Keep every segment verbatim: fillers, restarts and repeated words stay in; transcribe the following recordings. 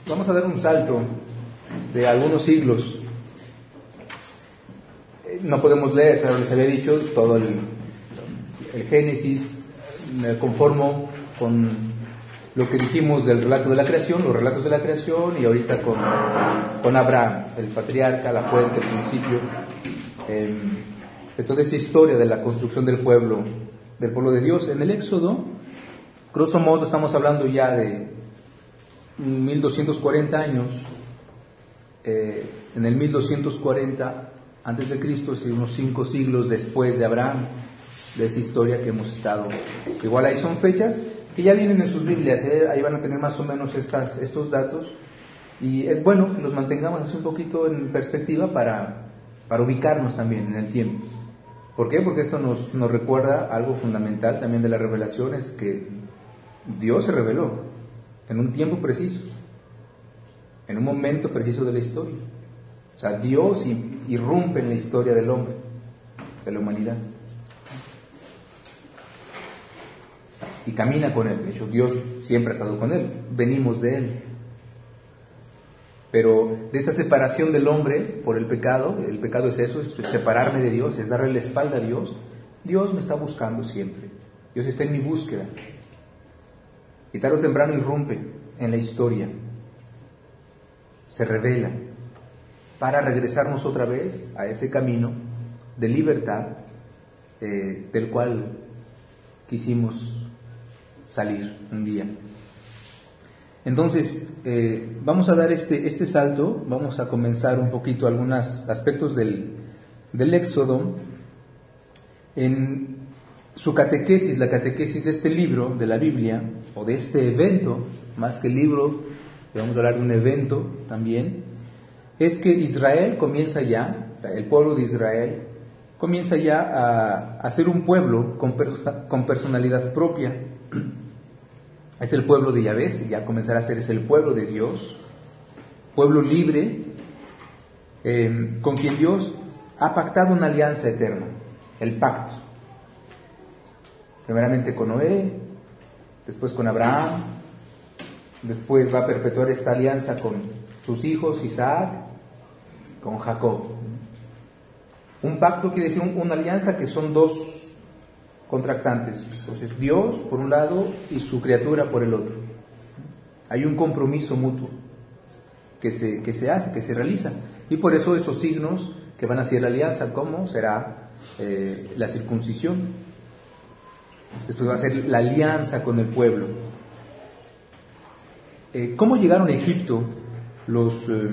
vamos a dar un salto de algunos siglos. No podemos leer, pero les había dicho, todo el, el Génesis. Me conformo con lo que dijimos del relato de la creación, los relatos de la creación, y ahorita con, con Abraham, el patriarca, la fuente, el principio, eh, de toda esa historia de la construcción del pueblo, del pueblo de Dios. En el Éxodo, grosso modo, estamos hablando ya de mil doscientos cuarenta años. Eh, en el mil doscientos cuarenta antes de Cristo, es unos cinco siglos después de Abraham, de esta historia que hemos estado. Igual ahí son fechas que ya vienen en sus Biblias, ¿eh? Ahí van a tener más o menos estas, estos datos, y es bueno que los mantengamos así un poquito en perspectiva para, para ubicarnos también en el tiempo. ¿Por qué? Porque esto nos, nos recuerda algo fundamental también de la revelación, es que Dios se reveló en un tiempo preciso, en un momento preciso de la historia. O sea, Dios irrumpe en la historia del hombre, de la humanidad, y camina con él. De hecho, Dios siempre ha estado con él, venimos de él. Pero de esa separación del hombre por el pecado, el pecado es eso, es separarme de Dios, es darle la espalda a Dios. Dios me está buscando siempre, Dios está en mi búsqueda, y tarde o temprano irrumpe en la historia, se revela, para regresarnos otra vez a ese camino de libertad eh, del cual quisimos salir un día. Entonces, eh, vamos a dar este, este salto, vamos a comenzar un poquito algunos aspectos del, del Éxodo. En su catequesis, la catequesis de este libro, de la Biblia, o de este evento, más que libro, vamos a hablar de un evento también, es que Israel comienza ya, o sea, el pueblo de Israel comienza ya a, a ser un pueblo con, per, con personalidad propia. Es el pueblo de Yahvé, ya comenzará a ser, es el pueblo de Dios, pueblo libre, eh, con quien Dios ha pactado una alianza eterna, el pacto. Primeramente con Noé, después con Abraham, después va a perpetuar esta alianza con sus hijos, Isaac, con Jacob. Un pacto quiere decir un, una alianza que son dos contractantes. Entonces, Dios por un lado y su criatura por el otro. Hay un compromiso mutuo que se, que se hace, que se realiza. Y por eso esos signos que van a ser la alianza, ¿cómo? Será eh, la circuncisión. Después va a ser la alianza con el pueblo. Eh, ¿Cómo llegaron a Egipto los, eh,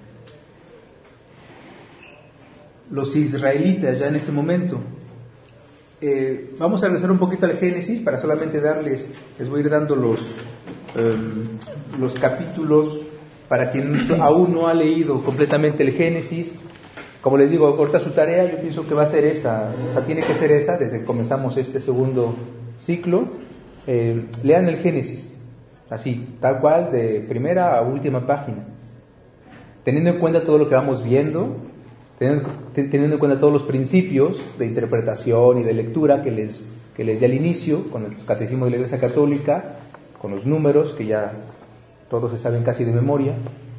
los israelitas ya en ese momento? Eh, vamos a regresar un poquito al Génesis para solamente darles, les voy a ir dando los, eh, los capítulos para quien aún no ha leído completamente el Génesis. Como les digo, ahorita su tarea yo pienso que va a ser esa, o sea, tiene que ser esa desde que comenzamos este segundo ciclo. Eh, lean el Génesis, así, tal cual, de primera a última página, teniendo en cuenta todo lo que vamos viendo, teniendo, teniendo en cuenta todos los principios de interpretación y de lectura que les, que les di al inicio, con el catecismo de la Iglesia Católica, con los números que ya todos se saben casi de memoria.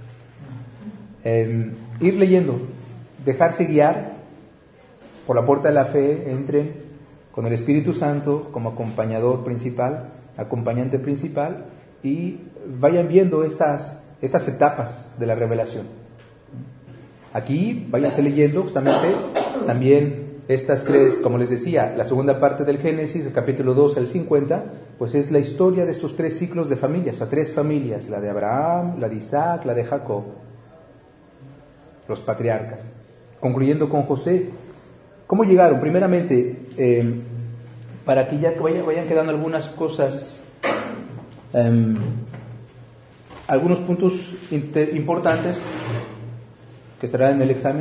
Eh, ir leyendo, dejarse guiar por la puerta de la fe, entren con el Espíritu Santo como acompañador principal, acompañante principal, y vayan viendo estas, estas etapas de la revelación. Aquí váyanse leyendo justamente también estas tres, como les decía, la segunda parte del Génesis, el capítulo doce al cincuenta, pues es la historia de estos tres ciclos de familias, o sea, tres familias, la de Abraham, la de Isaac, la de Jacob, los patriarcas. Concluyendo con José, ¿cómo llegaron? Primeramente, eh, para que ya vayan, vayan quedando algunas cosas, eh, algunos puntos inter- importantes que estarán en el examen.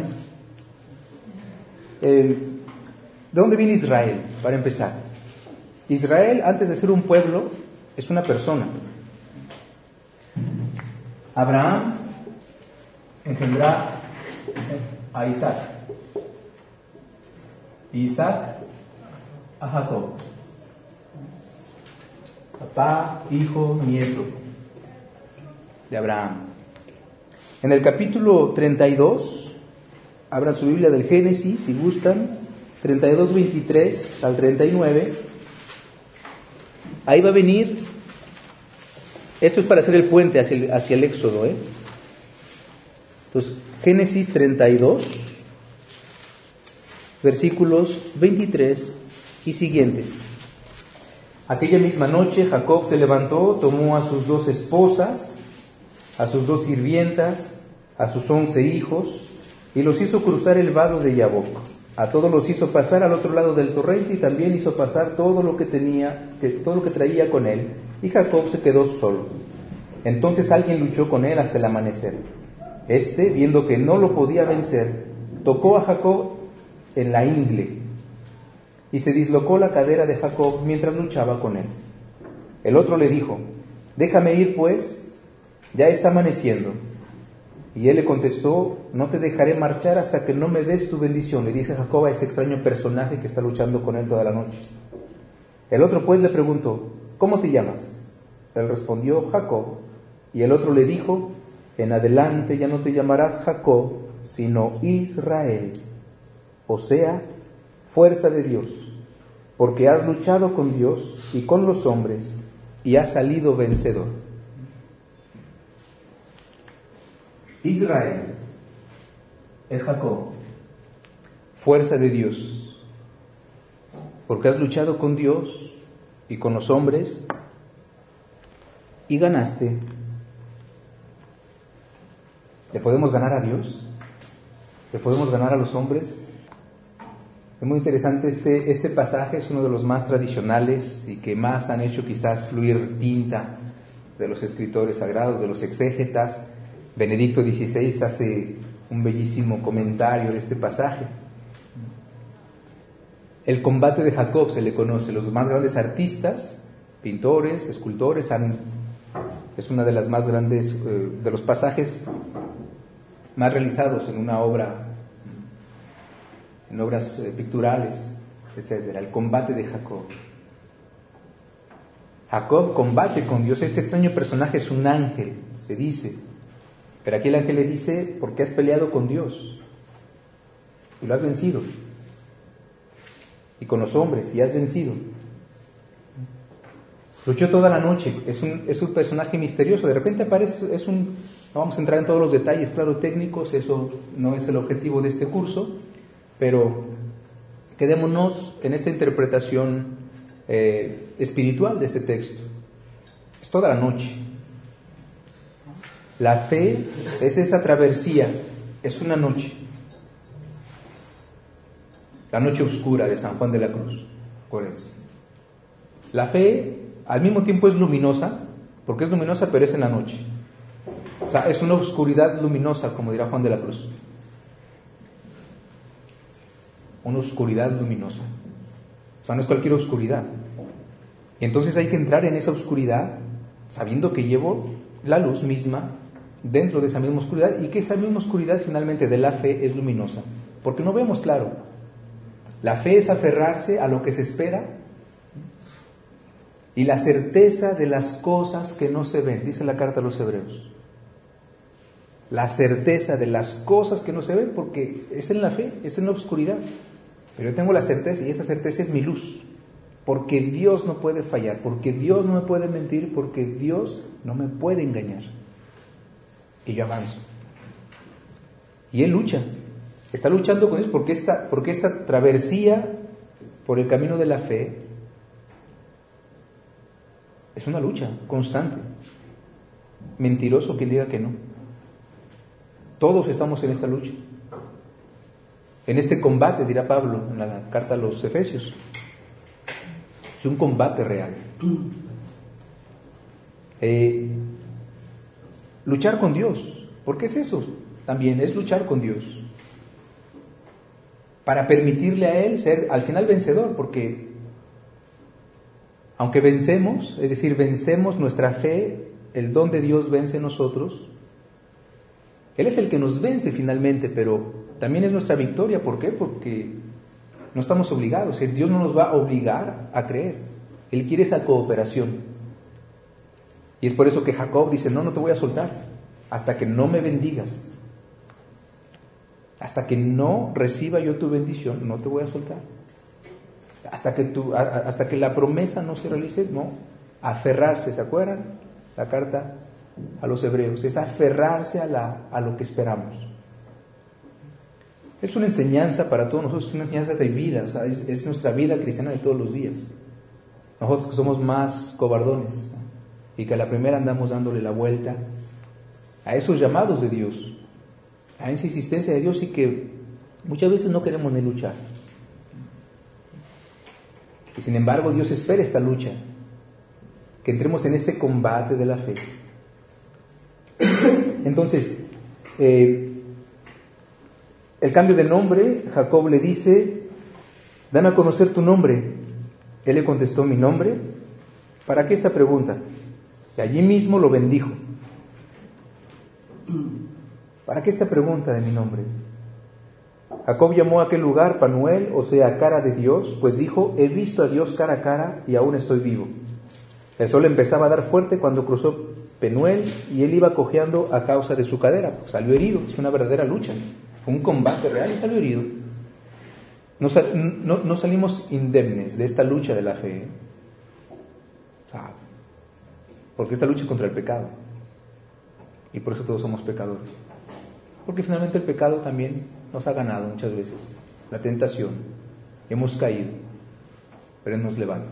Eh, ¿De dónde viene Israel? Para empezar, Israel, antes de ser un pueblo, es una persona. Abraham engendrá a Isaac, y Isaac a Jacob, papá, hijo, nieto. de Abraham. En el capítulo treinta y dos, abran su Biblia del Génesis, si gustan, treinta y dos, veintitrés al treinta y nueve. Ahí va a venir, esto es para hacer el puente hacia el, hacia el Éxodo, ¿eh? Entonces, Génesis treinta y dos, versículos veintitrés y siguientes. Aquella misma noche Jacob se levantó, tomó a sus dos esposas, a sus dos sirvientas, a sus once hijos, y los hizo cruzar el vado de Yaboc. A todos los hizo pasar al otro lado del torrente, y también hizo pasar todo lo que tenía, que, todo lo que traía con él, y Jacob se quedó solo. Entonces alguien luchó con él hasta el amanecer. Este, viendo que no lo podía vencer, tocó a Jacob en la ingle, y se dislocó la cadera de Jacob mientras luchaba con él. El otro le dijo: déjame ir pues, ya está amaneciendo. Y él le contestó: no te dejaré marchar hasta que no me des tu bendición. Le dice Jacob a ese extraño personaje que está luchando con él toda la noche. El otro pues le preguntó: ¿cómo te llamas? Él respondió: Jacob. Y el otro le dijo: en adelante ya no te llamarás Jacob, sino Israel, o sea, fuerza de Dios, porque has luchado con Dios y con los hombres y has salido vencedor. Israel es Jacob, fuerza de Dios, porque has luchado con Dios y con los hombres y ganaste. ¿Le podemos ganar a Dios? ¿Le podemos ganar a los hombres? Es muy interesante este, este pasaje, es uno de los más tradicionales y que más han hecho quizás fluir tinta de los escritores sagrados, de los exégetas. Benedicto dieciséis hace un bellísimo comentario de este pasaje. El combate de Jacob se le conoce, los más grandes artistas, pintores, escultores, han, es una de las más grandes, eh, de los pasajes más realizados en una obra, en obras eh, picturales, etcétera. El combate de Jacob. Jacob combate con Dios. Este extraño personaje es un ángel, se dice. Pero aquí el ángel le dice: porque has peleado con Dios y lo has vencido. Y con los hombres y has vencido. Luchó toda la noche. Es un, es un personaje misterioso. De repente aparece, es un, no vamos a entrar en todos los detalles, claro, técnicos, eso no es el objetivo de este curso. Pero quedémonos en esta interpretación eh, espiritual de ese texto. Es toda la noche. La fe es esa travesía, es una noche. La noche oscura de San Juan de la Cruz, acuérdense. La fe al mismo tiempo es luminosa, porque es luminosa pero es en la noche. O sea, es una oscuridad luminosa, como dirá Juan de la Cruz. Una oscuridad luminosa. O sea, no es cualquier oscuridad. Y entonces hay que entrar en esa oscuridad sabiendo que llevo la luz misma dentro de esa misma oscuridad, y que esa misma oscuridad finalmente de la fe es luminosa, porque no vemos claro. La fe es aferrarse a lo que se espera y la certeza de las cosas que no se ven, dice la carta a los Hebreos. La certeza de las cosas que no se ven, porque es en la fe, es en la oscuridad. Pero yo tengo la certeza, y esa certeza es mi luz, porque Dios no puede fallar, porque Dios no me puede mentir, porque Dios no me puede engañar. Y yo avanzo. Y Él lucha, está luchando con Dios, porque esta, porque esta travesía por el camino de la fe es una lucha constante. Mentiroso quien diga que no. Todos estamos en esta lucha, en este combate, dirá Pablo en la carta a los Efesios. Es un combate real. Eh, luchar con Dios, ¿por qué es eso? También es luchar con Dios, para permitirle a Él ser al final vencedor, porque aunque vencemos, es decir, vencemos nuestra fe, el don de Dios vence en nosotros, Él es el que nos vence finalmente, pero también es nuestra victoria. ¿Por qué? Porque no estamos obligados. Dios no nos va a obligar a creer. Él quiere esa cooperación. Y es por eso que Jacob dice: no, no te voy a soltar. hasta que no me bendigas, hasta que no reciba yo tu bendición, no te voy a soltar. Hasta que, tu, hasta que la promesa no se realice, no. Aferrarse, ¿se acuerdan? La carta a los hebreos, es aferrarse a, la, a lo que esperamos. Es una enseñanza para todos nosotros, es una enseñanza de vida, o sea, es, es nuestra vida cristiana de todos los días. Nosotros que somos más cobardones, ¿no? Y que a la primera andamos dándole la vuelta a esos llamados de Dios, a esa insistencia de Dios, y que muchas veces no queremos ni luchar. Y sin embargo Dios espera esta lucha, que entremos en este combate de la fe. Entonces, eh, el cambio de nombre, Jacob le dice, dame a conocer tu nombre. Él le contestó, mi nombre. ¿Para qué esta pregunta? Y allí mismo lo bendijo. ¿Para qué esta pregunta de mi nombre? Jacob llamó a aquel lugar Panuel, o sea, cara de Dios, pues dijo, he visto a Dios cara a cara y aún estoy vivo. El sol empezaba a dar fuerte cuando cruzó Penuel y él iba cojeando a causa de su cadera. Pues salió herido, es una verdadera lucha, fue un combate real y salió herido. No, no, no salimos indemnes de esta lucha de la fe, ¿eh? O sea, porque esta lucha es contra el pecado y por eso todos somos pecadores, porque finalmente el pecado también nos ha ganado muchas veces, la tentación, hemos caído, pero Él nos levanta.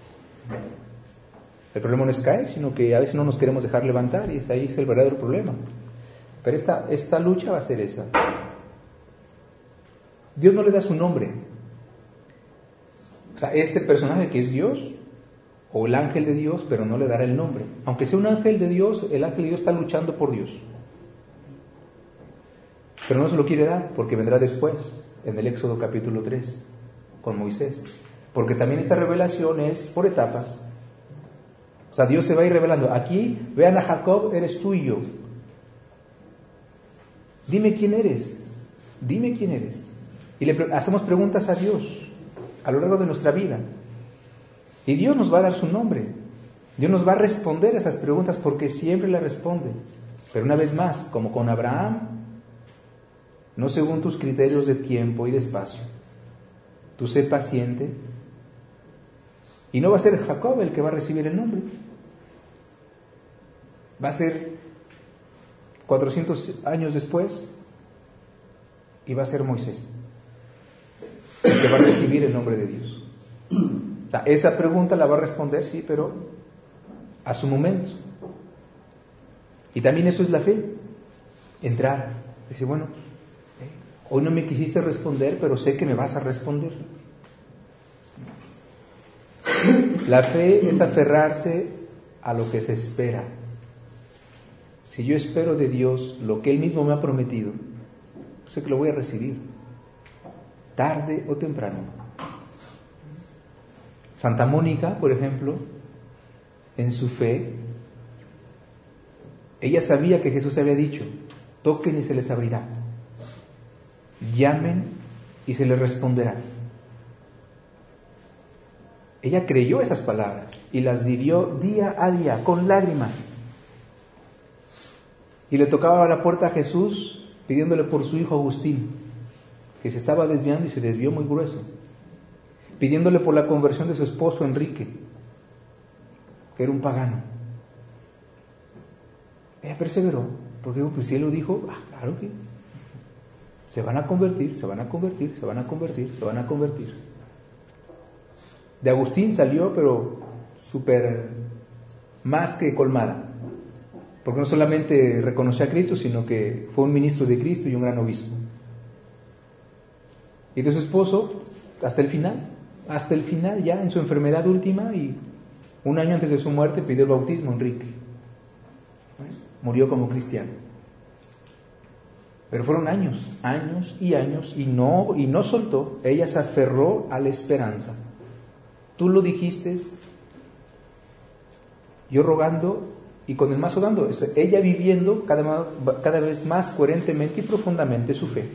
El problema no es caer, sino que a veces no nos queremos dejar levantar, y ahí es el verdadero problema. Pero esta, esta lucha va a ser esa. Dios no le da su nombre. O sea, este personaje que es Dios, o el ángel de Dios, pero no le dará el nombre. Aunque sea un ángel de Dios, el ángel de Dios está luchando por Dios. Pero no se lo quiere dar, porque vendrá después, en el Éxodo capítulo tres, con Moisés. Porque también esta revelación es por etapas. O sea, Dios se va a ir revelando. Aquí, vean a Jacob, eres tú y yo. Dime quién eres. Dime quién eres. Y le pre- hacemos preguntas a Dios a lo largo de nuestra vida. Y Dios nos va a dar su nombre. Dios nos va a responder a esas preguntas porque siempre le responde. Pero una vez más, como con Abraham, no según tus criterios de tiempo y de espacio. Tú sé paciente. Y no va a ser Jacob el que va a recibir el nombre. Va a ser cuatrocientos años después y va a ser Moisés el que va a recibir el nombre de Dios. O sea, esa pregunta la va a responder, sí, pero a su momento. Y también eso es la fe. Entrar. Dice, bueno, hoy no me quisiste responder, pero sé que me vas a responder. La fe es aferrarse a lo que se espera. Si yo espero de Dios lo que Él mismo me ha prometido, sé que lo voy a recibir, tarde o temprano. Santa Mónica, por ejemplo, en su fe, ella sabía que Jesús había dicho, toquen y se les abrirá, llamen y se les responderá. Ella creyó esas palabras y las vivió día a día, con lágrimas. Y le tocaba a la puerta a Jesús pidiéndole por su hijo Agustín, que se estaba desviando y se desvió muy grueso. Pidiéndole por la conversión de su esposo Enrique, que era un pagano. Ella perseveró, porque pues, si él lo dijo, ah, claro que se van a convertir, se van a convertir, se van a convertir, se van a convertir. De Agustín salió, pero súper más que colmada, porque no solamente reconoció a Cristo, sino que fue un ministro de Cristo y un gran obispo. Y de su esposo, hasta el final, hasta el final ya en su enfermedad última, y un año antes de su muerte pidió el bautismo, Enrique. Murió como cristiano. Pero fueron años, años y años, y no, y no soltó. Ella se aferró a la esperanza. Tú lo dijiste, yo rogando y con el mazo dando. Ella viviendo cada, cada vez más coherentemente y profundamente su fe.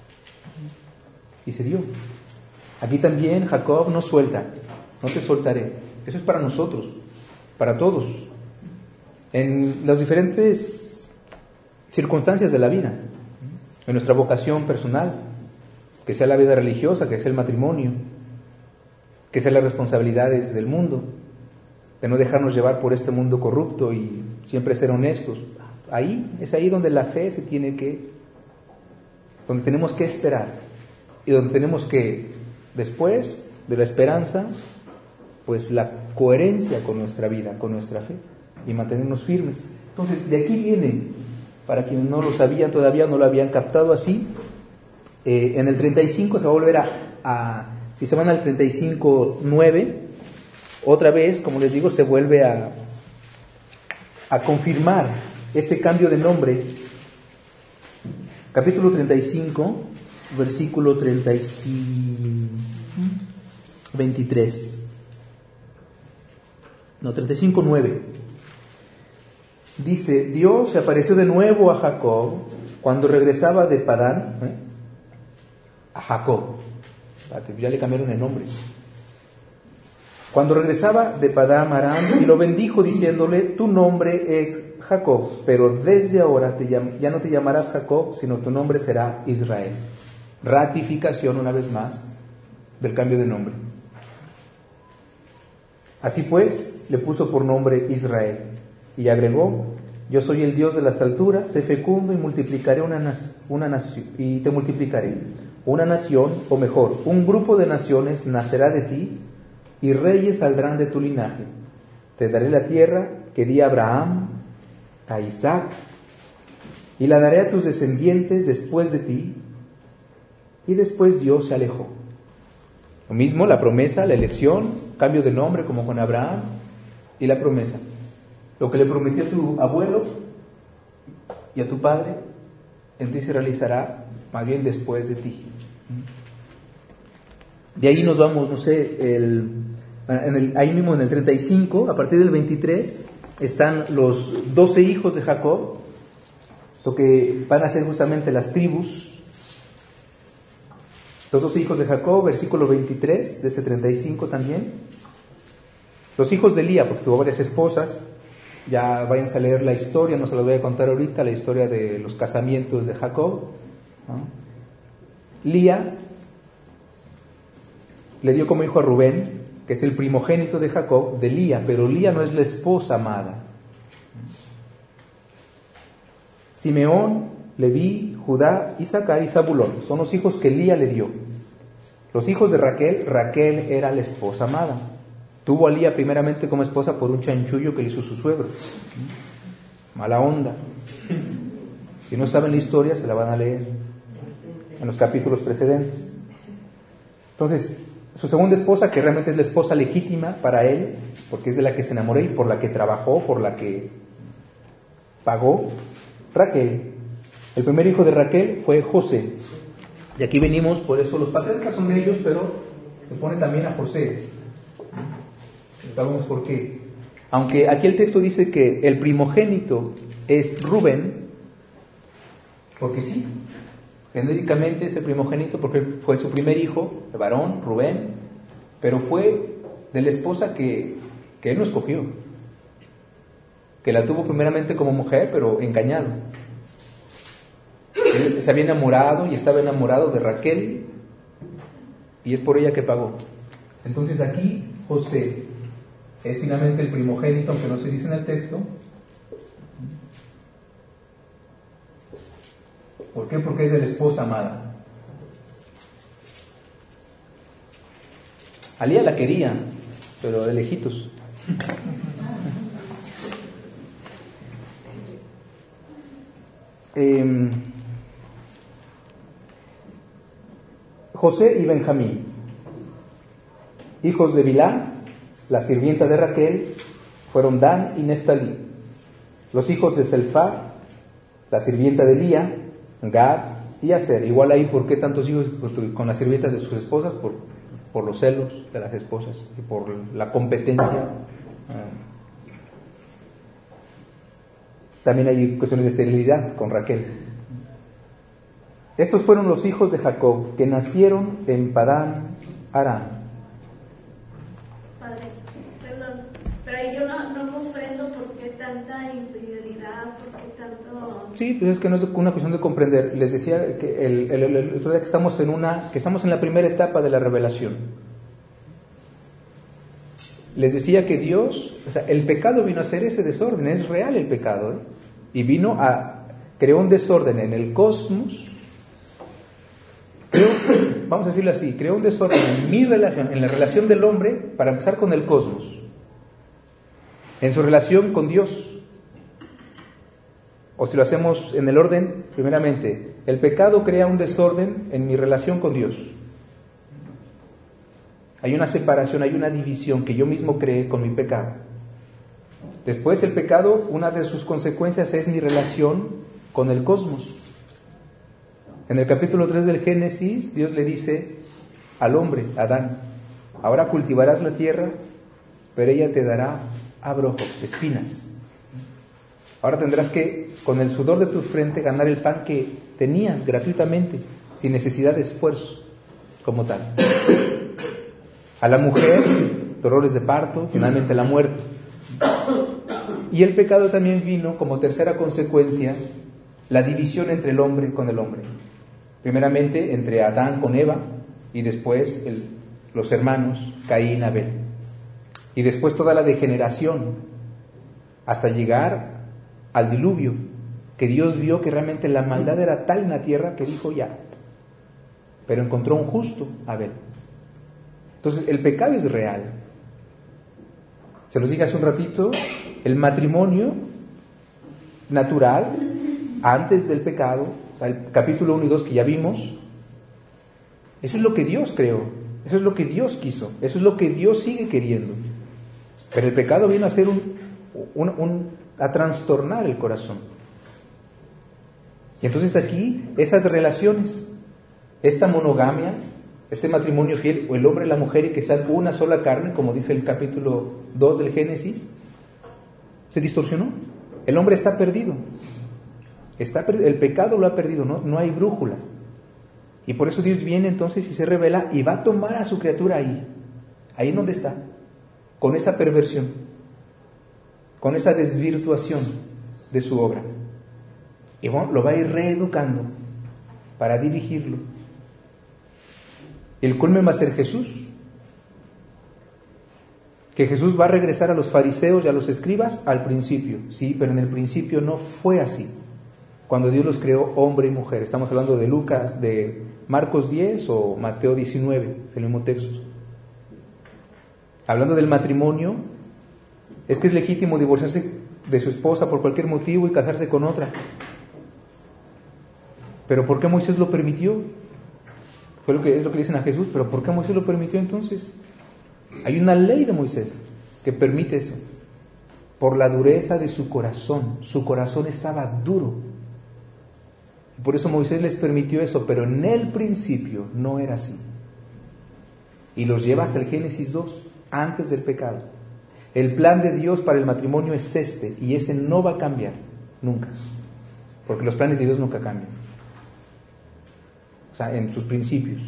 Y se dio. Aquí también Jacob no suelta, no te soltaré. Eso es para nosotros, para todos. En los diferentes circunstancias de la vida, en nuestra vocación personal, que sea la vida religiosa, que sea el matrimonio, que sean las responsabilidades del mundo, de no dejarnos llevar por este mundo corrupto y siempre ser honestos. Ahí, es ahí donde la fe se tiene que, donde tenemos que esperar y donde tenemos que, después de la esperanza, pues la coherencia con nuestra vida, con nuestra fe y mantenernos firmes. Entonces, de aquí viene, para quienes no lo sabían todavía, no lo habían captado así, eh, en el treinta y cinco se va a volver a, a si se van al treinta y cinco nueve, otra vez, como les digo, se vuelve a, a confirmar este cambio de nombre. Capítulo treinta y cinco, versículo treinta y cinco, veintitrés. No, treinta y cinco nueve. Dice, Dios se apareció de nuevo a Jacob cuando regresaba de Padán, ¿eh? a Jacob. Ya le cambiaron el nombre. Cuando regresaba de Padán Aram y lo bendijo diciéndole, tu nombre es Jacob, pero desde ahora te llam- ya no te llamarás Jacob, sino tu nombre será Israel. Ratificación una vez más del cambio de nombre. Así pues, le puso por nombre Israel y agregó, yo soy el Dios de las alturas, sé fecundo y multiplicaré una, nac- una nación, y te multiplicaré. Una nación, o mejor, un grupo de naciones nacerá de ti y reyes saldrán de tu linaje. Te daré la tierra que di a Abraham, a Isaac, y la daré a tus descendientes después de ti. Y después Dios se alejó. Lo mismo, la promesa, la elección, cambio de nombre como con Abraham, y la promesa. Lo que le prometió a tu abuelo y a tu padre, en ti se realizará más bien después de ti. De ahí nos vamos, no sé, el, en el, ahí mismo en el treinta y cinco, a partir del veintitrés, están los doce hijos de Jacob, lo que van a ser justamente las tribus. Los doce hijos de Jacob, versículo veintitrés, de ese treinta y cinco también. Los hijos de Lía, porque tuvo varias esposas, ya váyanse a leer la historia, no se las voy a contar ahorita, la historia de los casamientos de Jacob, ¿no? Lía le dio como hijo a Rubén, que es el primogénito de Jacob, de Lía, pero Lía no es la esposa amada. Simeón, Leví, Judá, Isaacar y Zabulón son los hijos que Lía le dio. Los hijos de Raquel, Raquel era la esposa amada. Tuvo a Lía primeramente como esposa por un chanchullo que le hizo su suegro. Mala onda. Si no saben la historia, se la van a leer en los capítulos precedentes. Entonces, su segunda esposa, que realmente es la esposa legítima para él, porque es de la que se enamoró y por la que trabajó, por la que pagó, Raquel. El primer hijo de Raquel fue José. Y aquí venimos, por eso los patriarcas son ellos, pero se pone también a José. Sabemos por qué. Aunque aquí el texto dice que el primogénito es Rubén, porque sí, genéricamente es el primogénito porque fue su primer hijo, el varón, Rubén, pero fue de la esposa que, que él no escogió, que la tuvo primeramente como mujer, pero engañado. Él se había enamorado y estaba enamorado de Raquel y es por ella que pagó. Entonces aquí José es finalmente el primogénito, aunque no se dice en el texto. ¿Por qué? Porque es de la esposa amada. A Lía la quería, pero de lejitos. eh, José y Benjamín, hijos de Bilhá, la sirvienta de Raquel, fueron Dan y Neftalí. Los hijos de Zelfá, la sirvienta de Lía, Gad y Aser. Igual ahí, ¿por qué tantos hijos? Pues con las sirvientas de sus esposas, por, por los celos de las esposas y por la competencia. También hay cuestiones de esterilidad con Raquel. Estos fueron los hijos de Jacob que nacieron en Padán Aram. Padre, perdón, pero yo no, no comprendo por qué tanta infidelidad, por qué tanto Sí, pues es que no es una cuestión de comprender. Les decía que el, el, el, el otro día que estamos en una, que estamos en la primera etapa de la revelación. Les decía que Dios, o sea, el pecado vino a hacer ese desorden, es real el pecado, ¿eh? Y vino a, creó un desorden en el cosmos, creó, vamos a decirlo así, creó un desorden en mi relación, en la relación del hombre, para empezar con el cosmos, en su relación con Dios. O si lo hacemos en el orden, primeramente, el pecado crea un desorden en mi relación con Dios. Hay una separación, hay una división que yo mismo creé con mi pecado. Después el pecado, una de sus consecuencias es mi relación con el cosmos. En el capítulo tres del Génesis, Dios le dice al hombre, Adán, ahora cultivarás la tierra, pero ella te dará abrojos, espinas. Ahora tendrás que, con el sudor de tu frente, ganar el pan que tenías gratuitamente, sin necesidad de esfuerzo, como tal. A la mujer, dolores de parto, finalmente la muerte. Y el pecado también vino como tercera consecuencia, la división entre el hombre con el hombre. Primeramente entre Adán con Eva, y después el, los hermanos Caín y Abel. Y después toda la degeneración, hasta llegar al diluvio, que Dios vio que realmente la maldad era tal en la tierra que dijo ya, pero encontró un justo, Abel. Entonces el pecado es real. Se los dije hace un ratito, el matrimonio natural antes del pecado, o sea, el capítulo uno y dos que ya vimos, eso es lo que Dios creó, eso es lo que Dios quiso, eso es lo que Dios sigue queriendo. Pero el pecado vino a ser un, un, un a trastornar el corazón. Y entonces aquí, esas relaciones, esta monogamia, este matrimonio fiel, o el hombre y la mujer, y que sean una sola carne, como dice el capítulo dos del Génesis, se distorsionó. El hombre está perdido. Está perdido. El pecado lo ha perdido, ¿no? No hay brújula. Y por eso Dios viene entonces y se revela y va a tomar a su criatura ahí. Ahí en donde está. Con esa perversión. Con esa desvirtuación de su obra. Y bueno, lo va a ir reeducando para dirigirlo. El culmen va a ser Jesús. Que Jesús va a regresar a los fariseos y a los escribas al principio. Sí, pero en el principio no fue así. Cuando Dios los creó hombre y mujer. Estamos hablando de Lucas, de Marcos diez o Mateo diecinueve, es el mismo texto. Hablando del matrimonio, es que es legítimo divorciarse de su esposa por cualquier motivo y casarse con otra. Pero ¿por qué Moisés lo permitió? Fue lo que es lo que le dicen a Jesús, pero ¿por qué Moisés lo permitió entonces? Hay una ley de Moisés que permite eso. Por la dureza de su corazón. Su corazón estaba duro. Por eso Moisés les permitió eso, pero en el principio no era así. Y los lleva hasta el Génesis dos, antes del pecado. El plan de Dios para el matrimonio es este, y ese no va a cambiar, nunca. Porque los planes de Dios nunca cambian. O sea, en sus principios.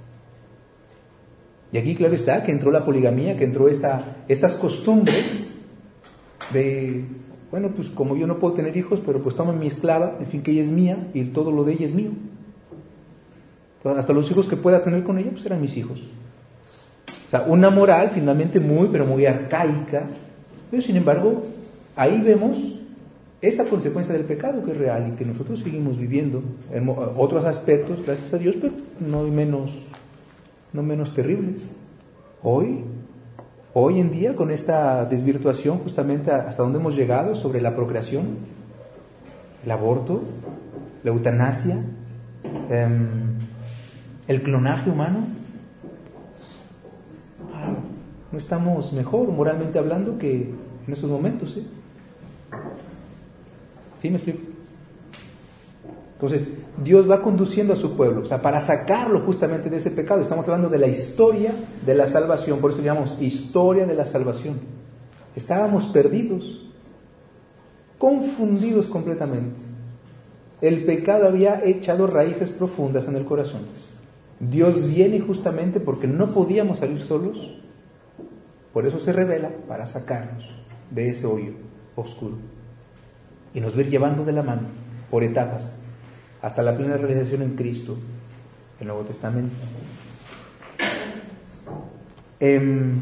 Y aquí claro está que entró la poligamía, que entró esta, estas costumbres de, bueno, pues como yo no puedo tener hijos, pero pues toma mi esclava, en fin, que ella es mía y todo lo de ella es mío. Pues hasta los hijos que puedas tener con ella, pues eran mis hijos. O sea, una moral finalmente muy, pero muy arcaica. Pero sin embargo, ahí vemos esa consecuencia del pecado que es real y que nosotros seguimos viviendo en otros aspectos, gracias a Dios, pero no menos, no menos terribles. Hoy, hoy en día, con esta desvirtuación, justamente hasta donde hemos llegado sobre la procreación, el aborto, la eutanasia, eh, el clonaje humano, no estamos mejor moralmente hablando que en estos momentos, ¿eh? ¿Sí me explico? Entonces, Dios va conduciendo a su pueblo, o sea, para sacarlo justamente de ese pecado. Estamos hablando de la historia de la salvación, por eso llamamos historia de la salvación. Estábamos perdidos, confundidos completamente. El pecado había echado raíces profundas en el corazón. Dios viene justamente porque no podíamos salir solos, por eso se revela para sacarnos de ese hoyo oscuro y nos va a ir llevando de la mano por etapas, hasta la plena realización en Cristo, el Nuevo Testamento. Eh,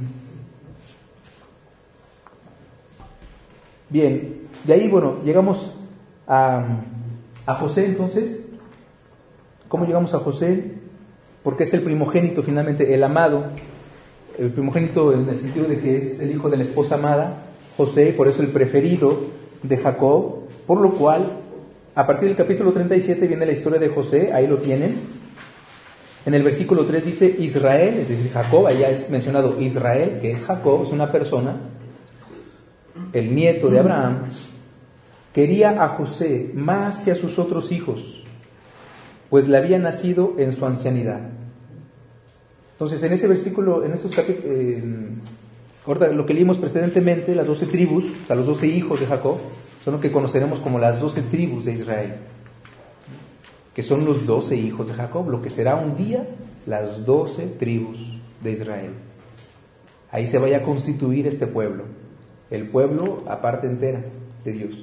bien, de ahí, bueno, llegamos a, a José entonces. ¿Cómo llegamos a José? Porque es el primogénito, finalmente, el amado, el primogénito en el sentido de que es el hijo de la esposa amada, José, por eso el preferido de Jacob, por lo cual, a partir del capítulo treinta y siete viene la historia de José, ahí lo tienen. En el versículo tres dice Israel, es decir, Jacob, allá es mencionado Israel, que es Jacob, es una persona, el nieto de Abraham, quería a José más que a sus otros hijos, pues le había nacido en su ancianidad. Entonces, en ese versículo, en esos capítulos, eh, lo que leímos precedentemente, las doce tribus, o sea, los doce hijos de Jacob, son lo que conoceremos como las doce tribus de Israel, que son los doce hijos de Jacob, lo que será un día las doce tribus de Israel. Ahí se vaya a constituir este pueblo, el pueblo aparte entera de Dios.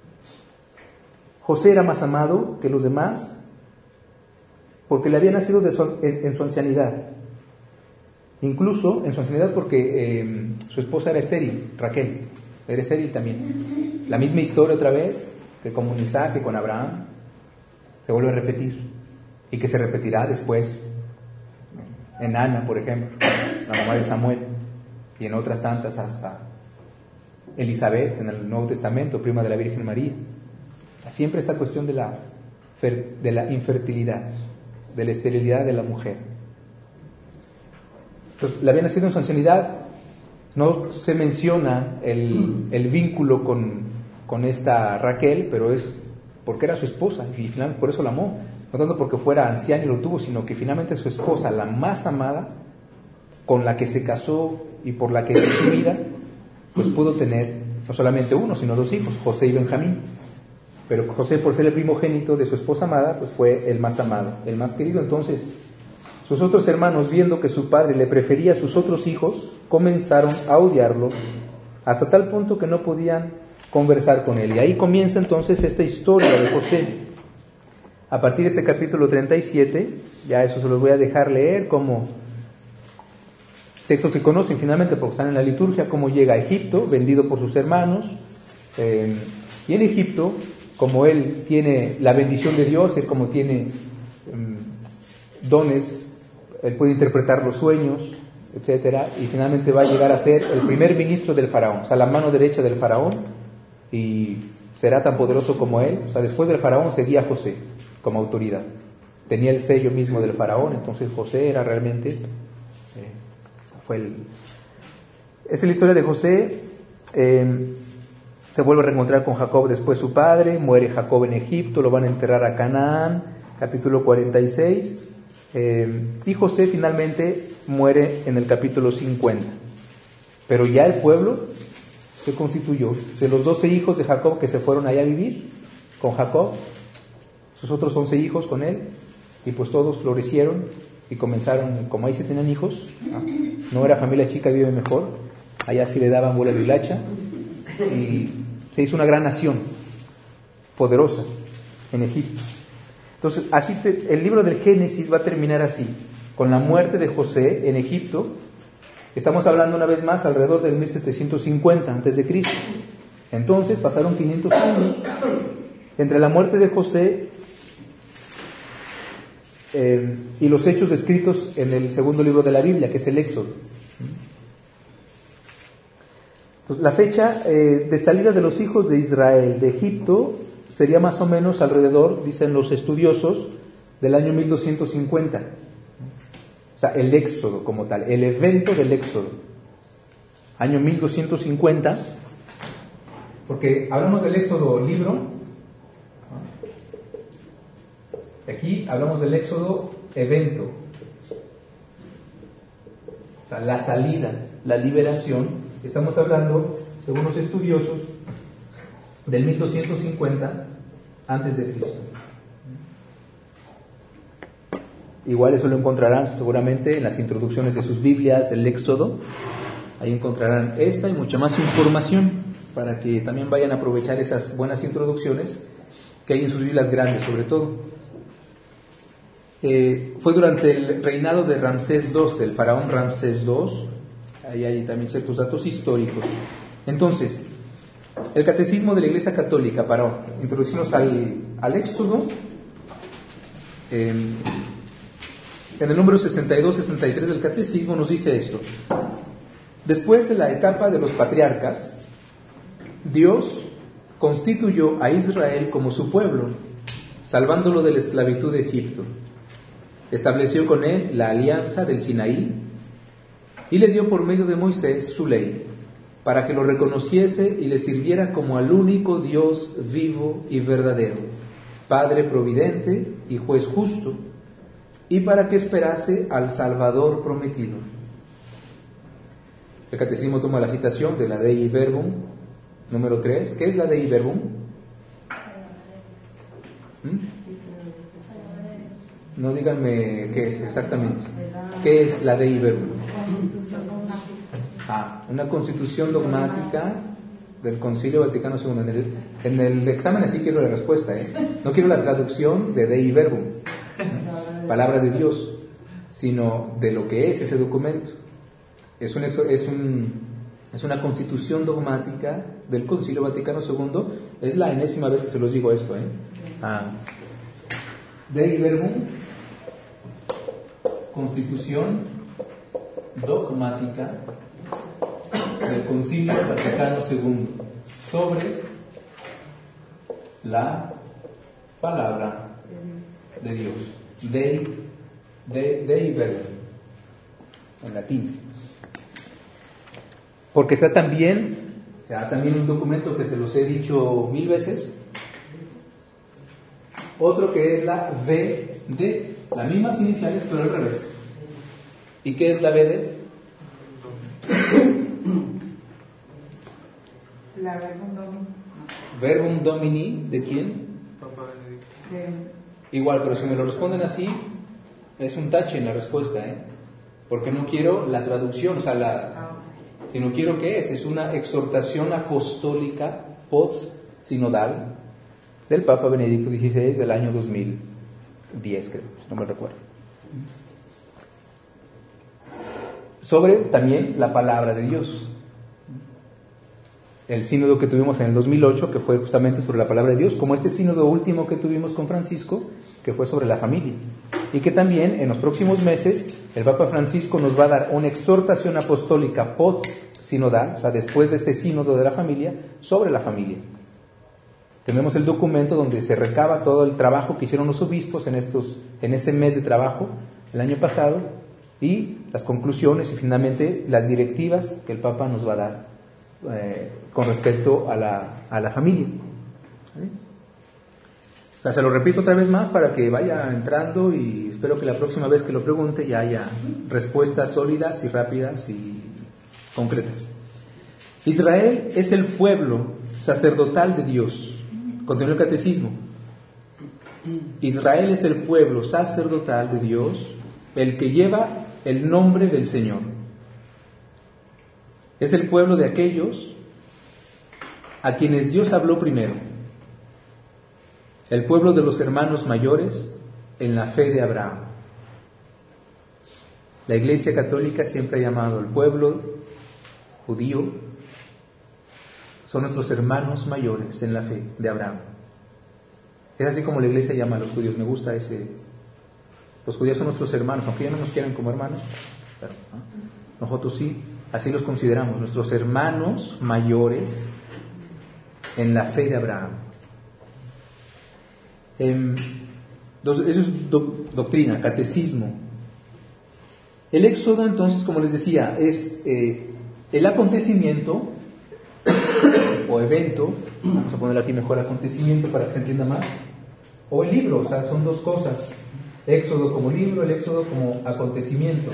José era más amado que los demás porque le había nacido de su, en, en su ancianidad. Incluso en su ancianidad porque eh, su esposa era estéril, Raquel, era estéril también. La misma historia otra vez, que con Isaac, que con Abraham, se vuelve a repetir, y que se repetirá después en Ana, por ejemplo, la mamá de Samuel, y en otras tantas hasta Elizabeth en el Nuevo Testamento, prima de la Virgen María. Siempre esta cuestión de la, de la infertilidad, de la esterilidad de la mujer. Entonces, la había nacido en su ancianidad. No se menciona el, el vínculo con, con esta Raquel, pero es porque era su esposa y finalmente por eso la amó. No tanto porque fuera anciana y lo tuvo, sino que finalmente su esposa, la más amada, con la que se casó y por la que dio su vida, pues pudo tener no solamente uno, sino dos hijos, José y Benjamín. Pero José, por ser el primogénito de su esposa amada, pues fue el más amado, el más querido. Entonces, sus otros hermanos, viendo que su padre le prefería a sus otros hijos, comenzaron a odiarlo hasta tal punto que no podían conversar con él. Y ahí comienza entonces esta historia de José. A partir de ese capítulo treinta y siete, ya eso se los voy a dejar leer como textos que conocen finalmente porque están en la liturgia, cómo llega a Egipto, vendido por sus hermanos. Eh, y en Egipto, como él tiene la bendición de Dios, él como tiene um, dones, él puede interpretar los sueños, etcétera, y finalmente va a llegar a ser el primer ministro del faraón, o sea, la mano derecha del faraón, y será tan poderoso como él. O sea, después del faraón seguía José como autoridad, tenía el sello mismo del faraón. Entonces José era realmente eh, fue el... Esa es la historia de José. eh, Se vuelve a reencontrar con Jacob después su padre, muere Jacob en Egipto, lo van a enterrar a Canaán, capítulo cuarenta y seis, eh, y José finalmente muere en el capítulo cincuenta. Pero ya el pueblo se constituyó, de los doce hijos de Jacob que se fueron allá a vivir con Jacob, sus otros once hijos con él, y pues todos florecieron y comenzaron, como ahí se tenían hijos, ¿no? No era familia chica, vive mejor, allá sí le daban bola de hilacha, y se hizo una gran nación, poderosa, en Egipto. Entonces, así te, el libro del Génesis va a terminar así, con la muerte de José en Egipto. Estamos hablando una vez más alrededor del mil setecientos cincuenta antes de Cristo. Entonces, pasaron quinientos años entre la muerte de José eh, y los hechos descritos en el segundo libro de la Biblia, que es el Éxodo. Pues la fecha eh, de salida de los hijos de Israel de Egipto sería más o menos alrededor, dicen los estudiosos, del año mil doscientos cincuenta. O sea, el éxodo como tal, el evento del éxodo. Año mil doscientos cincuenta, porque hablamos del éxodo libro, aquí hablamos del éxodo evento. O sea, la salida, la liberación. Estamos hablando, según los estudiosos, del mil doscientos cincuenta antes de Cristo. Igual eso lo encontrarán seguramente en las introducciones de sus Biblias, el Éxodo. Ahí encontrarán esta y mucha más información para que también vayan a aprovechar esas buenas introducciones que hay en sus Biblias grandes sobre todo. Eh, fue durante el reinado de Ramsés doce, el faraón Ramsés segundo. Ahí hay también ciertos datos históricos. Entonces, el Catecismo de la Iglesia Católica, para introducirnos al, al Éxodo, eh, en el número sesenta y dos sesenta y tres del Catecismo nos dice esto: después de la etapa de los patriarcas, Dios constituyó a Israel como su pueblo, salvándolo de la esclavitud de Egipto. Estableció con él la alianza del Sinaí y le dio por medio de Moisés su ley, para que lo reconociese y le sirviera como al único Dios vivo y verdadero, Padre providente y juez justo, y para que esperase al Salvador prometido. El Catecismo toma la citación de la Dei Verbum, número tres. ¿Qué es la Dei Verbum? ¿Mm? No, díganme qué es exactamente. ¿Qué es la Dei Verbum? Ah, una constitución dogmática del Concilio Vaticano segundo. En el, en el examen así quiero la respuesta, ¿eh? No quiero la traducción de Dei Verbum, ¿eh? Palabra de Dios, sino de lo que es ese documento. Es, un, es, un, es una constitución dogmática del Concilio Vaticano segundo. Es la enésima vez que se los digo esto, ¿eh? Ah. Dei Verbum, constitución dogmática del Concilio Vaticano segundo sobre la palabra de Dios. Dei, de, Dei Verbum, en latín. Porque está también, o sea, también un documento que se los he dicho mil veces, otro que es la V D, las mismas iniciales pero al revés. ¿Y qué es la V D? La Verbum Domini. Verbum Domini, ¿de quién? De... Igual, pero si me lo responden así, es un tache en la respuesta, ¿eh? Porque no quiero la traducción, o sea, la, sino quiero que es, es una exhortación apostólica post-sinodal del Papa Benedicto dieciséis del año dos mil diez, creo, no me recuerdo. Sobre también la palabra de Dios. El sínodo que tuvimos en el dos mil ocho, que fue justamente sobre la palabra de Dios, como este sínodo último que tuvimos con Francisco, que fue sobre la familia. Y que también en los próximos meses el Papa Francisco nos va a dar una exhortación apostólica post-sinodal, o sea, después de este sínodo de la familia, sobre la familia. Tenemos el documento donde se recaba todo el trabajo que hicieron los obispos en, estos, en ese mes de trabajo el año pasado, y las conclusiones y finalmente las directivas que el Papa nos va a dar eh, con respecto a la, a la familia. ¿Sí? O sea, se lo repito otra vez más para que vaya entrando, y espero que la próxima vez que lo pregunte ya haya respuestas sólidas y rápidas y concretas. Israel es el pueblo sacerdotal de Dios. Continúa el catecismo. Israel es el pueblo sacerdotal de Dios, el que lleva el nombre del Señor. Es el pueblo de aquellos a quienes Dios habló primero. El pueblo de los hermanos mayores en la fe de Abraham. La Iglesia Católica siempre ha llamado al pueblo judío, son nuestros hermanos mayores en la fe de Abraham. Es así como la Iglesia llama a los judíos. Me gusta ese. Los judíos son nuestros hermanos, aunque ya no nos quieran como hermanos, pero, ¿no? Nosotros sí, así los consideramos, nuestros hermanos mayores en la fe de Abraham. Eh, eso es do, doctrina, catecismo. El Éxodo, entonces, como les decía, es eh, el acontecimiento o evento, vamos a poner aquí mejor acontecimiento para que se entienda más, o el libro, o sea, son dos cosas. Éxodo como libro, el Éxodo como acontecimiento.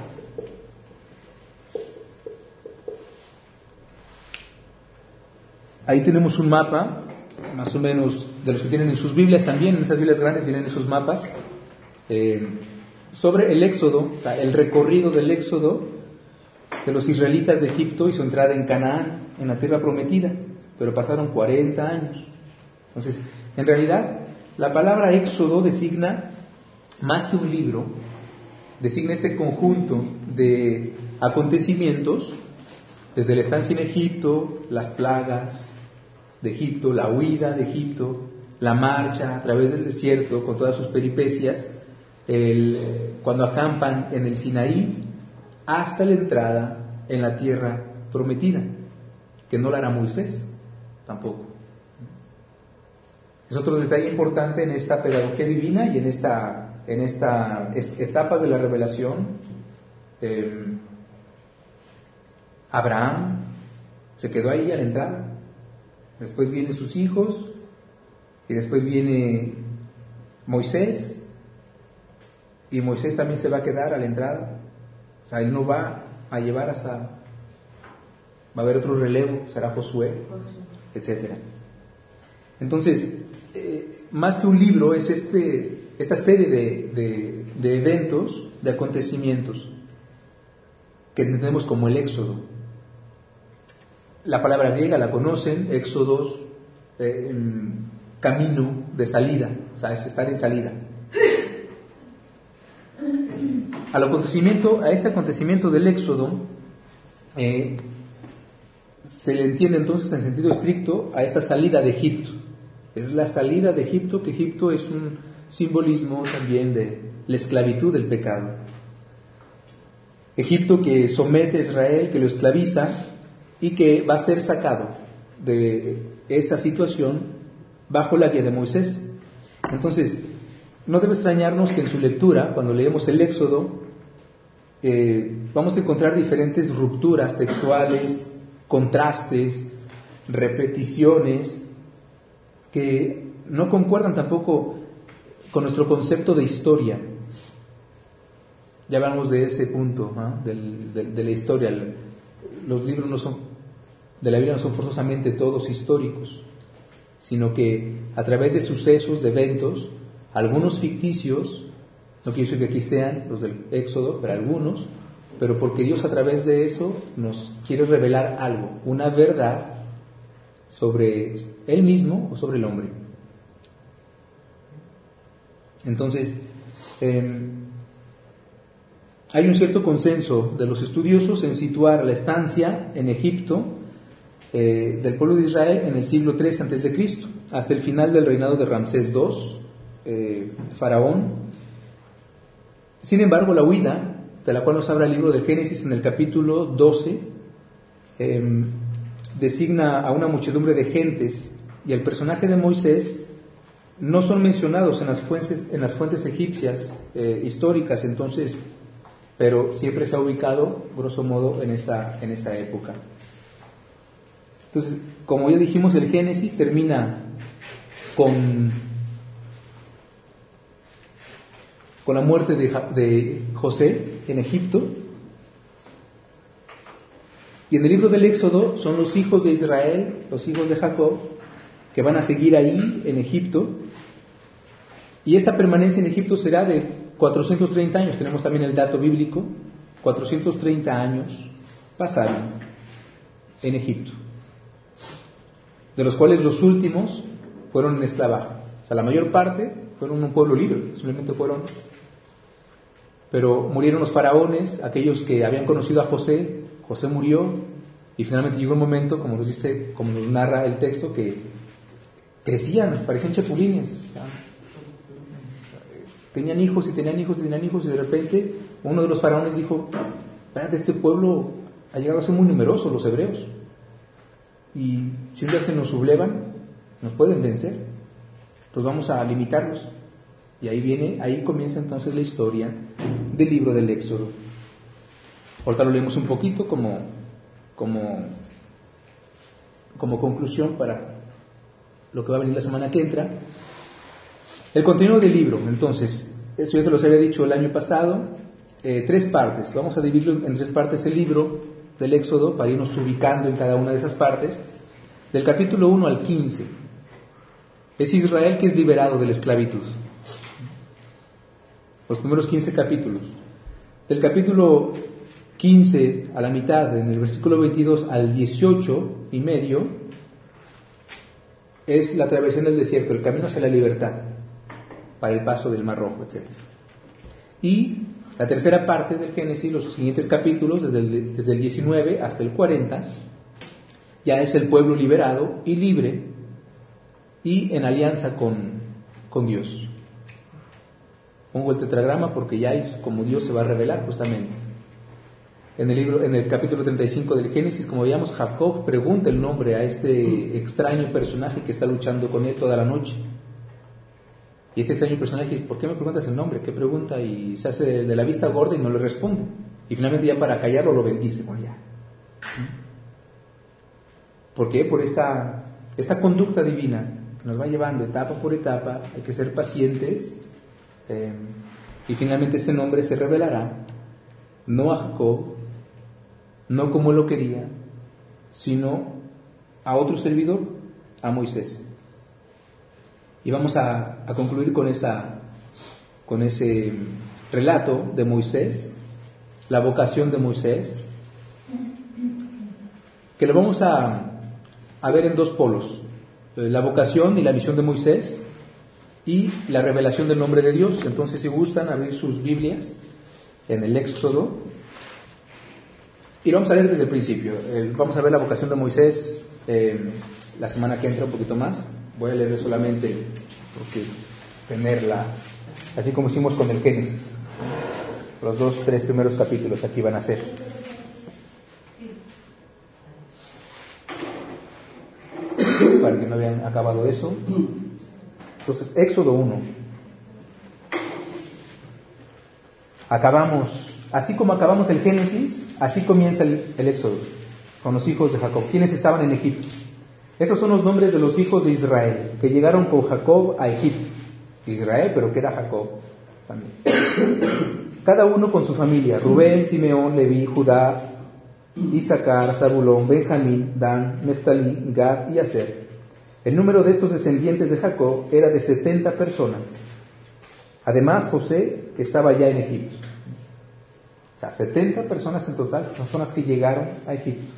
Ahí tenemos un mapa, más o menos, de los que tienen en sus Biblias también, en esas Biblias grandes vienen esos mapas, eh, sobre el Éxodo, o sea, el recorrido del Éxodo de los israelitas de Egipto y su entrada en Canaán, en la tierra prometida, pero pasaron cuarenta años. Entonces, En realidad, la palabra Éxodo designa, más que un libro, designa este conjunto de acontecimientos, desde la estancia en Egipto, las plagas de Egipto, la huida de Egipto, la marcha a través del desierto con todas sus peripecias, el, cuando acampan en el Sinaí, hasta la entrada en la tierra prometida, que no la hará Moisés tampoco. Es otro detalle importante en esta pedagogía divina y en esta, en esta est- etapas de la revelación. Eh, Abraham se quedó ahí a la entrada, después vienen sus hijos y después viene Moisés, y Moisés también se va a quedar a la entrada. O sea, él no va a llevar hasta, va a haber otro relevo, será Josué, etcétera. Entonces, eh, más que un libro, es este, esta serie de, de, de eventos, de acontecimientos, que entendemos como el Éxodo. La palabra griega la conocen, éxodos, eh, camino de salida, o sea, es estar en salida. Al acontecimiento, a este acontecimiento del Éxodo, eh, se le entiende entonces en sentido estricto a esta salida de Egipto. Es la salida de Egipto, que Egipto es un simbolismo también de la esclavitud del pecado. Egipto que somete a Israel, que lo esclaviza y que va a ser sacado de esa situación bajo la guía de Moisés. Entonces, no debe extrañarnos que en su lectura, cuando leemos el Éxodo, eh, vamos a encontrar diferentes rupturas textuales, contrastes, repeticiones, que no concuerdan tampoco con nuestro concepto de historia. Ya hablamos de ese punto, ¿no? Del, de, de la historia. Los libros no son, de la Biblia no son forzosamente todos históricos, sino que a través de sucesos, de eventos, algunos ficticios, no quiero decir que aquí sean los del Éxodo, pero algunos, pero porque Dios a través de eso nos quiere revelar algo, una verdad sobre Él mismo o sobre el hombre. Entonces, eh, hay un cierto consenso de los estudiosos en situar la estancia en Egipto eh, del pueblo de Israel en el siglo tres antes de Cristo, hasta el final del reinado de Ramsés segundo, eh, faraón. Sin embargo, la huida, de la cual nos habla el libro de Génesis en el capítulo doce, eh, designa a una muchedumbre de gentes, y el personaje de Moisés no son mencionados en las fuentes, en las fuentes egipcias eh, históricas, entonces, pero siempre se ha ubicado, grosso modo, en esa, en esa época. Entonces, como ya dijimos, el Génesis termina con, con la muerte de, de José en Egipto, y en el libro del Éxodo son los hijos de Israel, los hijos de Jacob, que van a seguir ahí en Egipto, y esta permanencia en Egipto será de cuatrocientos treinta años. Tenemos también el dato bíblico, cuatrocientos treinta años pasaron en Egipto, de los cuales los últimos fueron en esclavaje. O sea, la mayor parte fueron un pueblo libre, simplemente fueron, pero murieron los faraones, aquellos que habían conocido a José. José murió y finalmente llegó un momento, como nos dice, como nos narra el texto, que crecían, parecían chapulines, o sea, tenían hijos y tenían hijos y tenían hijos, y de repente uno de los faraones dijo: espérate, este pueblo ha llegado a ser muy numeroso, los hebreos, y si un día se nos sublevan, nos pueden vencer, entonces vamos a limitarlos. Y ahí viene, ahí comienza entonces la historia del libro del Éxodo. Ahorita lo leemos un poquito como, como, como conclusión para lo que va a venir la semana que entra. El contenido del libro, entonces, esto ya se los había dicho el año pasado, eh, tres partes. Vamos a dividirlo en tres partes el libro del Éxodo para irnos ubicando en cada una de esas partes. Del capítulo uno al quince es Israel que es liberado de la esclavitud. Los primeros quince capítulos. Del capítulo quince a la mitad, en el versículo veintidós al dieciocho y medio, es la travesía del desierto, el camino hacia la libertad, para el paso del Mar Rojo, etcétera. Y la tercera parte del Génesis, los siguientes capítulos, desde el, desde el diecinueve hasta el cuarenta, ya es el pueblo liberado y libre y en alianza con, con Dios. Pongo el tetragrama porque ya es como Dios se va a revelar justamente. En el libro, en el capítulo treinta y cinco del Génesis, como veíamos, Jacob pregunta el nombre a este extraño personaje que está luchando con él toda la noche. Y este extraño personaje dice: ¿por qué me preguntas el nombre? ¿Qué pregunta? Y se hace de, de la vista gorda y no le responde. Y finalmente, ya para callarlo, lo bendice. Bueno, ya. ¿Por qué? Por esta, esta conducta divina que nos va llevando etapa por etapa. Hay que ser pacientes. Eh, y finalmente ese nombre se revelará, no a Jacob, no como él lo quería, sino a otro servidor, a Moisés. Y vamos a, a concluir con, esa, con ese relato de Moisés, la vocación de Moisés, que lo vamos a, a ver en dos polos: la vocación y la misión de Moisés y la revelación del nombre de Dios. Entonces, si gustan abrir sus Biblias en el Éxodo, y vamos a leer desde el principio. Eh, vamos a ver la vocación de Moisés eh, la semana que entra, un poquito más. Voy a leer solamente porque tenerla, así como hicimos con el Génesis. Los dos, tres primeros capítulos aquí van a ser. Para que no hayan acabado eso. Entonces, Éxodo uno. Acabamos, así como acabamos el Génesis, así comienza el, el Éxodo, con los hijos de Jacob. ¿Quiénes estaban en Egipto? Estos son los nombres de los hijos de Israel, que llegaron con Jacob a Egipto. Israel, pero que era Jacob también. Cada uno con su familia: Rubén, Simeón, Leví, Judá, Isaacar, Zabulón, Benjamín, Dan, Neftalí, Gad y Aser. El número de estos descendientes de Jacob era de setenta personas. Además, José, que estaba ya en Egipto. O sea, setenta personas en total, son las que llegaron a Egipto.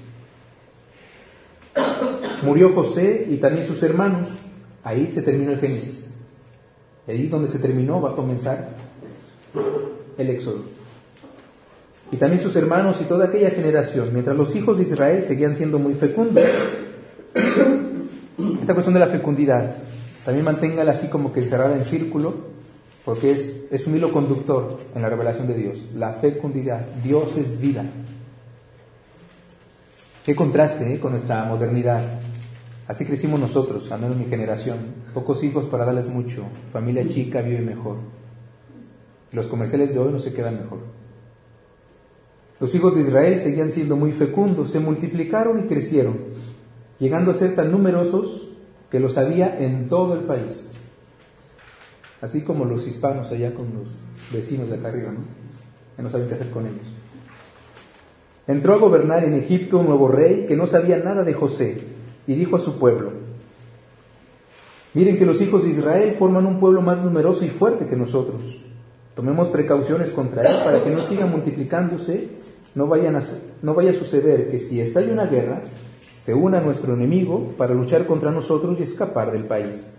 Murió José y también sus hermanos. Ahí se terminó el Génesis. Ahí donde se terminó va a comenzar el Éxodo. Y también sus hermanos y toda aquella generación, mientras los hijos de Israel seguían siendo muy fecundos. Esta cuestión de la fecundidad, también manténgala así como que encerrada en círculo, porque es, es un hilo conductor en la revelación de Dios. La fecundidad. Dios es vida. Qué contraste ¿eh? con nuestra modernidad. Así crecimos nosotros, al menos mi generación. Pocos hijos para darles mucho. Familia chica vive mejor. Los comerciales de hoy no se quedan mejor. Los hijos de Israel seguían siendo muy fecundos, se multiplicaron y crecieron, llegando a ser tan numerosos que los había en todo el país. Así como los hispanos allá con los vecinos de acá arriba, ¿no? Que no saben qué hacer con ellos. Entró a gobernar en Egipto un nuevo rey que no sabía nada de José y dijo a su pueblo: miren que los hijos de Israel forman un pueblo más numeroso y fuerte que nosotros. Tomemos precauciones contra él para que no siga multiplicándose. No, vayan a, no vaya a suceder que si estalla una guerra, se una a nuestro enemigo para luchar contra nosotros y escapar del país.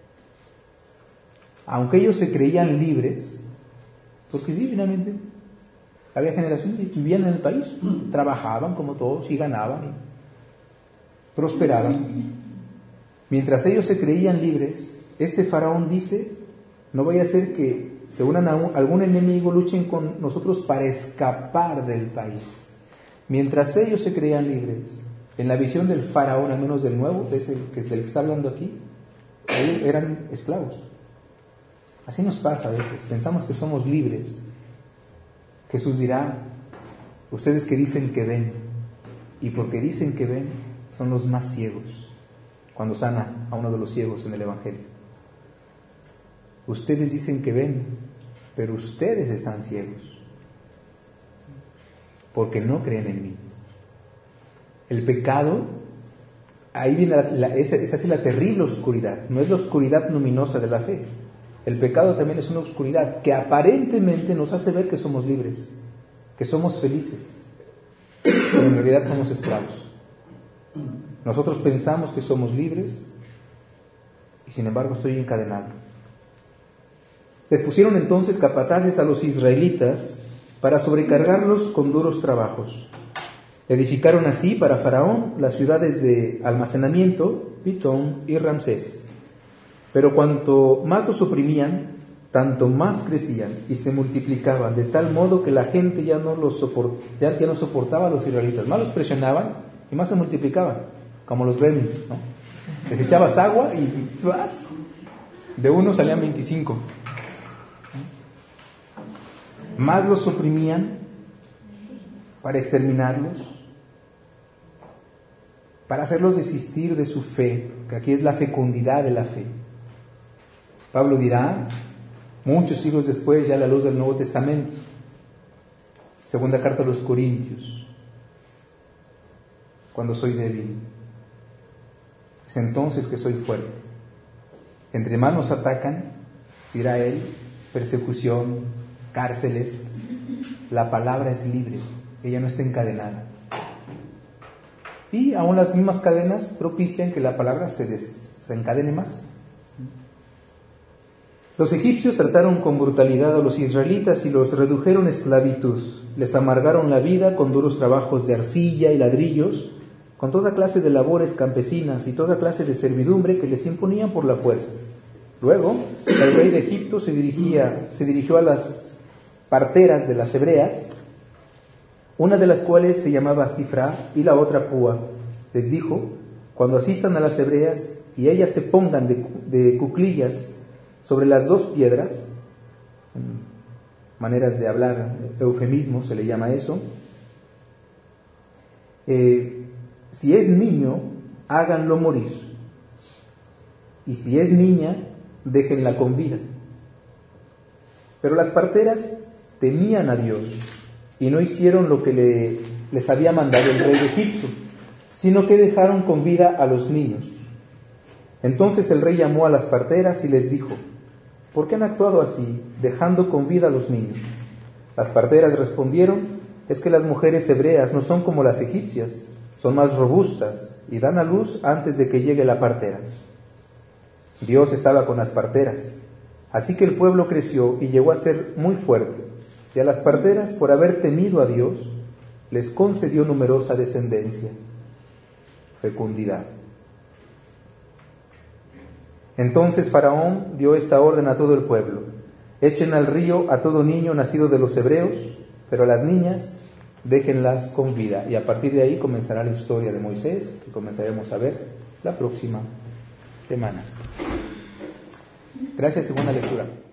Aunque ellos se creían libres, porque sí, finalmente había generaciones que vivían en el país, trabajaban como todos y ganaban, y prosperaban. Mientras ellos se creían libres, este faraón dice: no vaya a ser que se unan a un, algún enemigo, luchen con nosotros para escapar del país. Mientras ellos se creían libres, en la visión del faraón, al menos del nuevo, es el que, del que está hablando aquí, ellos eran esclavos. Así nos pasa a veces, pensamos que somos libres. Jesús dirá: ustedes que dicen que ven, y porque dicen que ven, son los más ciegos, cuando sana a uno de los ciegos en el Evangelio. Ustedes dicen que ven, pero ustedes están ciegos, porque no creen en mí. El pecado, ahí viene la, la, esa, esa es la terrible oscuridad, no es la oscuridad luminosa de la fe. El pecado también es una oscuridad que aparentemente nos hace ver que somos libres, que somos felices, pero en realidad somos esclavos. Nosotros pensamos que somos libres y sin embargo estoy encadenado. Les pusieron entonces capataces a los israelitas para sobrecargarlos con duros trabajos. Edificaron así para Faraón las ciudades de almacenamiento, Pitón y Ramsés. Pero cuanto más los oprimían, tanto más crecían y se multiplicaban, de tal modo que la gente ya no los soport, ya, ya no soportaba a los israelitas. Más los presionaban y más se multiplicaban, como los gremlins, ¿no? Les echabas agua y ¡fuas! De uno salían veinticinco. Más los oprimían para exterminarlos, para hacerlos desistir de su fe, que aquí es la fecundidad de la fe. Pablo dirá, muchos siglos después, ya a la luz del Nuevo Testamento, segunda carta a los Corintios, cuando soy débil, es entonces que soy fuerte. Entre más nos atacan, dirá él, persecución, cárceles, la palabra es libre, ella no está encadenada. Y aún las mismas cadenas propician que la palabra se desencadene más. Los egipcios trataron con brutalidad a los israelitas y los redujeron a esclavitud. Les amargaron la vida con duros trabajos de arcilla y ladrillos, con toda clase de labores campesinas y toda clase de servidumbre que les imponían por la fuerza. Luego, el rey de Egipto se, dirigía, se dirigió a las parteras de las hebreas, una de las cuales se llamaba Sifra y la otra Púa. Les dijo, cuando asistan a las hebreas y ellas se pongan de, de cuclillas sobre las dos piedras, maneras de hablar, eufemismo se le llama eso, eh, si es niño, háganlo morir, y si es niña, déjenla con vida. Pero las parteras temían a Dios y no hicieron lo que le, les había mandado el rey de Egipto, sino que dejaron con vida a los niños. Entonces el rey llamó a las parteras y les dijo, ¿por qué han actuado así, dejando con vida a los niños? Las parteras respondieron, es que las mujeres hebreas no son como las egipcias, son más robustas y dan a luz antes de que llegue la partera. Dios estaba con las parteras, así que el pueblo creció y llegó a ser muy fuerte, y a las parteras, por haber temido a Dios, les concedió numerosa descendencia, fecundidad. Entonces Faraón dio esta orden a todo el pueblo, echen al río a todo niño nacido de los hebreos, pero a las niñas déjenlas con vida. Y a partir de ahí comenzará la historia de Moisés, que comenzaremos a ver la próxima semana. Gracias, segunda lectura.